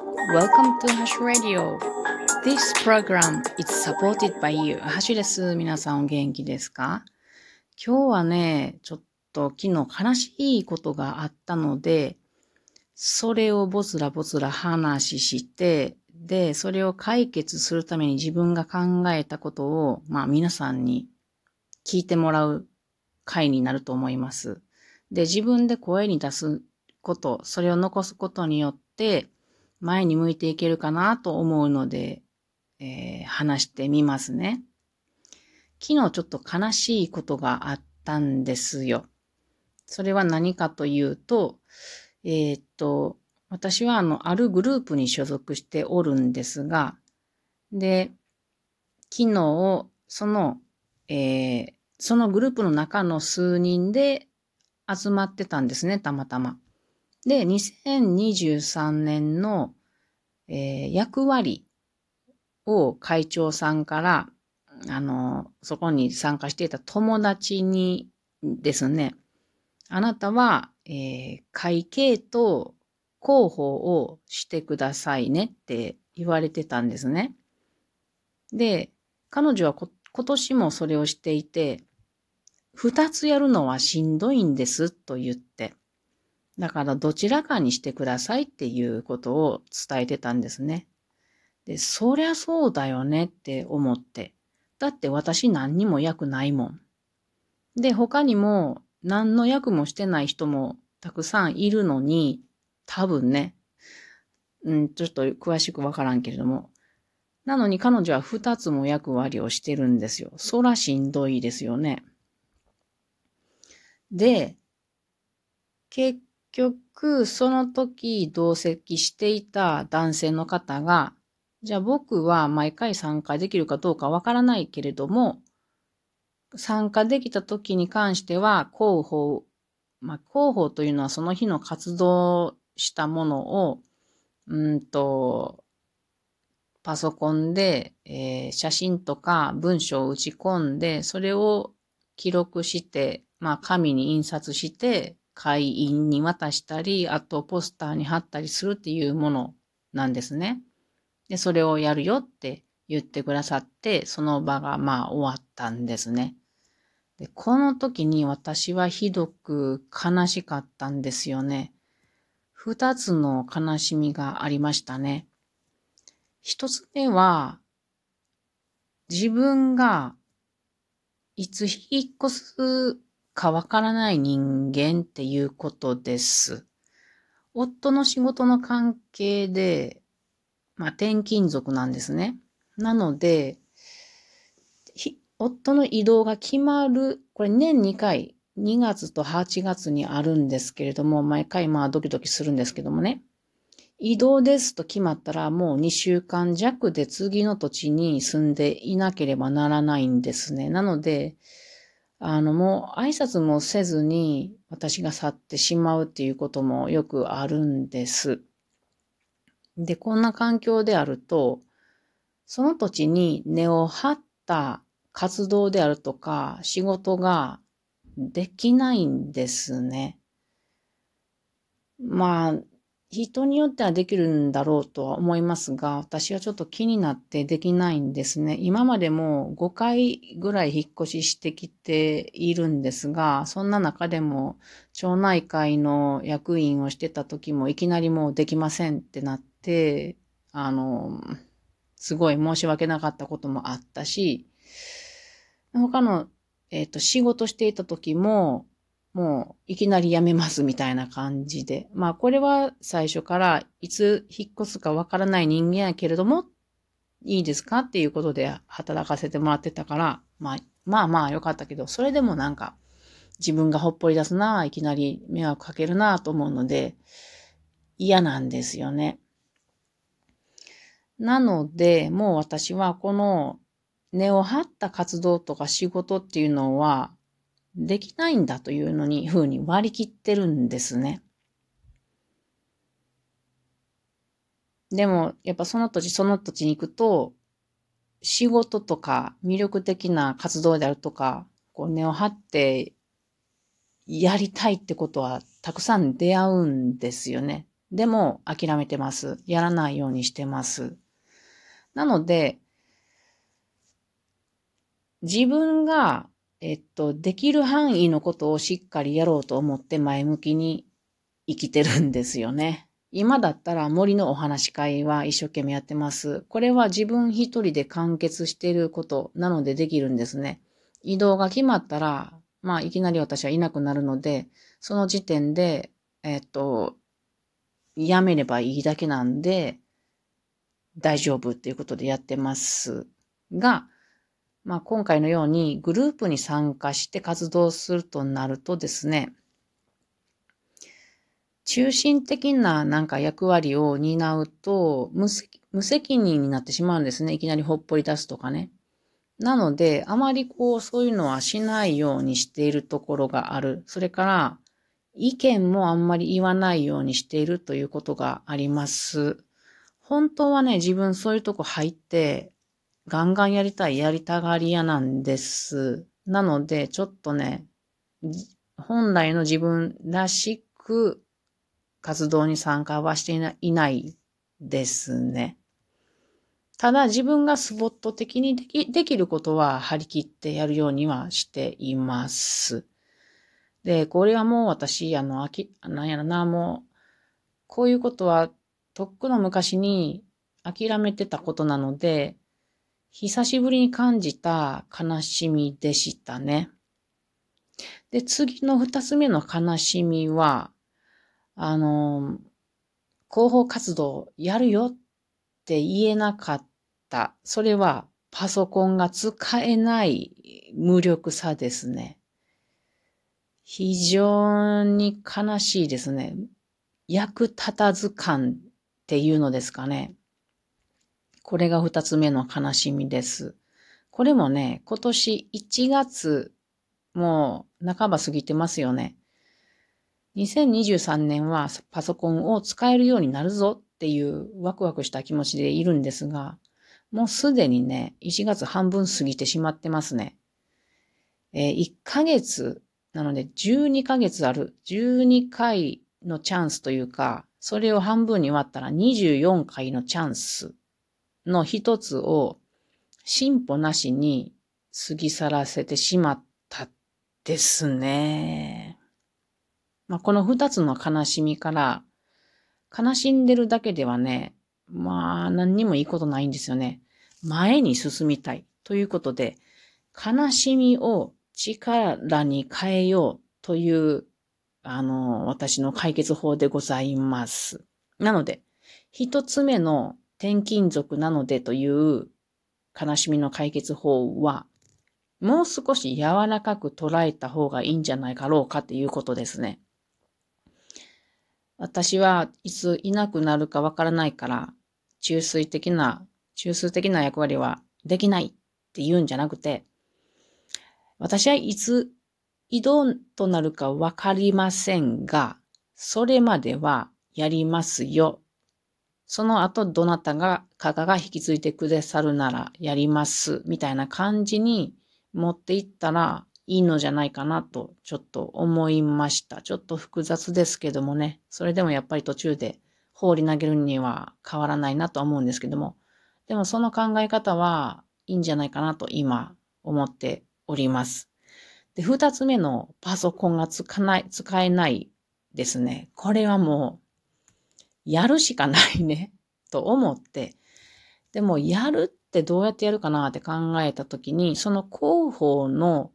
Welcome to Hash Radio. This program is supported by you. ハッシュです。皆さんお元気ですか？今日はね、ちょっと昨日悲しいことがあったので、それをぼつらぼつら話して、で、それを解決するために自分が考えたことを、皆さんに聞いてもらう回になると思います。で、自分で声に出すこと、それを残すことによって、前に向いていけるかなと思うので、話してみますね。昨日ちょっと悲しいことがあったんですよ。それは何かというと、私はあるグループに所属しておるんですが、で、昨日、そのグループの中の数人で集まってたんですね、たまたま。で、2023年の、役割を会長さんから、そこに参加していた友達にですね、あなたは、会計と広報をしてくださいねって言われてたんですね。で、彼女は今年もそれをしていて、二つやるのはしんどいんですと言って、だからどちらかにしてくださいっていうことを伝えてたんですね。で、そりゃそうだよねって思って。だって私何にも役ないもん。で、他にも何の役もしてない人もたくさんいるのに、多分ね、ちょっと詳しくわからんけれども。なのに彼女は二つも役割をしてるんですよ。そらしんどいですよね。で、結局、その時同席していた男性の方が、じゃあ僕は毎回参加できるかどうかわからないけれども、参加できた時に関しては広報、広報というのはその日の活動したものを、パソコンで、写真とか文章を打ち込んで、それを記録して、紙に印刷して、会員に渡したり、あとポスターに貼ったりするっていうものなんですね。で、それをやるよって言ってくださって、その場が終わったんですね。で、この時に私はひどく悲しかったんですよね。二つの悲しみがありましたね。一つ目は、自分がいつ引っ越すかわからない人間っていうことです。夫の仕事の関係で、転勤族なんですね。なので、夫の移動が決まる、これ年2回、2月と8月にあるんですけれども、毎回ドキドキするんですけどもね。移動ですと決まったらもう2週間弱で次の土地に住んでいなければならないんですね。なので、もう挨拶もせずに私が去ってしまうっていうこともよくあるんです。で、こんな環境であると、その土地に根を張った活動であるとか仕事ができないんですね。人によってはできるんだろうとは思いますが、私はちょっと気になってできないんですね。今までも5回ぐらい引っ越ししてきているんですが、そんな中でも町内会の役員をしてた時もいきなりもうできませんってなって、すごい申し訳なかったこともあったし、他の、仕事していた時も、もういきなり辞めますみたいな感じで。これは最初からいつ引っ越すかわからない人間やけれども、いいですかっていうことで働かせてもらってたから、よかったけど、それでもなんか自分がほっぽり出すな、いきなり迷惑かけるなと思うので、嫌なんですよね。なので、もう私はこの根を張った活動とか仕事っていうのは、できないんだというふうに割り切ってるんですね。でも、やっぱその土地に行くと、仕事とか魅力的な活動であるとか、根を張ってやりたいってことはたくさん出会うんですよね。 でも諦めてます。やらないようにしてます。なので、自分が、できる範囲のことをしっかりやろうと思って前向きに生きてるんですよね。今だったら森のお話し会は一生懸命やってます。これは自分一人で完結していることなのでできるんですね。移動が決まったら、いきなり私はいなくなるので、その時点で、やめればいいだけなんで、大丈夫っていうことでやってますが、今回のようにグループに参加して活動するとなるとですね、中心的な役割を担うと無責任になってしまうんですね。いきなりほっぽり出すとかね。なので、あまりそういうのはしないようにしているところがある。それから、意見もあんまり言わないようにしているということがあります。本当はね、自分そういうとこ入って、ガンガンやりたい、やりたがり屋なんです。なので、ちょっとね、本来の自分らしく活動に参加はしていないですね。ただ自分がスポット的にできることは張り切ってやるようにはしています。で、これはもう私、もう、こういうことはとっくの昔に諦めてたことなので、久しぶりに感じた悲しみでしたね。で、次の二つ目の悲しみは、広報活動やるよって言えなかった。それはパソコンが使えない無力さですね。非常に悲しいですね。役立たず感っていうのですかね。これが二つ目の悲しみです。これもね、今年1月、もう半ば過ぎてますよね。2023年はパソコンを使えるようになるぞっていうワクワクした気持ちでいるんですが、もうすでにね、1月半分過ぎてしまってますね。1ヶ月なので12ヶ月ある。12回のチャンスというか、それを半分に割ったら24回のチャンスの一つを進歩なしに過ぎ去らせてしまったですね。この二つの悲しみから、悲しんでるだけではね、何にもいいことないんですよね。前に進みたいということで、悲しみを力に変えようという、私の解決法でございます。なので、一つ目の転勤族なのでという悲しみの解決法は、もう少し柔らかく捉えた方がいいんじゃないかろうかっていうことですね。私はいついなくなるかわからないから、中枢的な役割はできないって言うんじゃなくて、私はいつ異動となるかわかりませんが、それまではやりますよ。その後どなたかが引き継いでくださるならやります。みたいな感じに持っていったらいいのじゃないかなとちょっと思いました。ちょっと複雑ですけどもね。それでもやっぱり途中で放り投げるには変わらないなと思うんですけども。でもその考え方はいいんじゃないかなと今思っております。で、二つ目のパソコンが使えないですね。これはもうやるしかないねと思って、でもやるってどうやってやるかなって考えたときに、その広報の、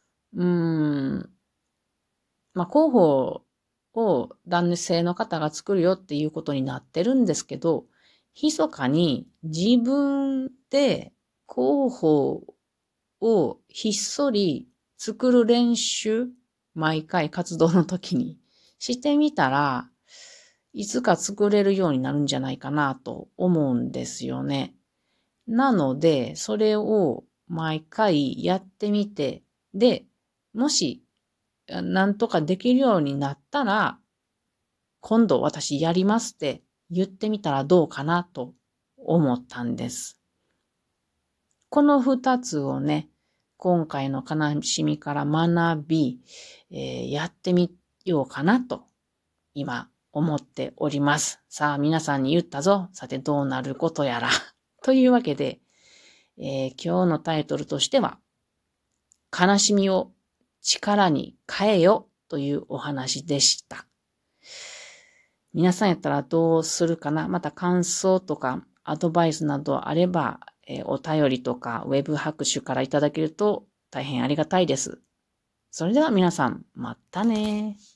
広報を男性の方が作るよっていうことになってるんですけど、密かに自分で広報をひっそり作る練習、毎回活動の時にしてみたら、いつか作れるようになるんじゃないかなと思うんですよね。なので、それを毎回やってみて、で、もし、なんとかできるようになったら、今度私やりますって言ってみたらどうかなと思ったんです。この二つをね、今回の悲しみから学び、やってみようかなと今思っております。さあ、皆さんに言ったぞ。さて、どうなることやら。というわけで、今日のタイトルとしては、悲しみを力に変えよというお話でした。皆さんやったらどうするかな？また感想とかアドバイスなどあれば、お便りとかウェブ拍手からいただけると大変ありがたいです。それでは皆さん、またね。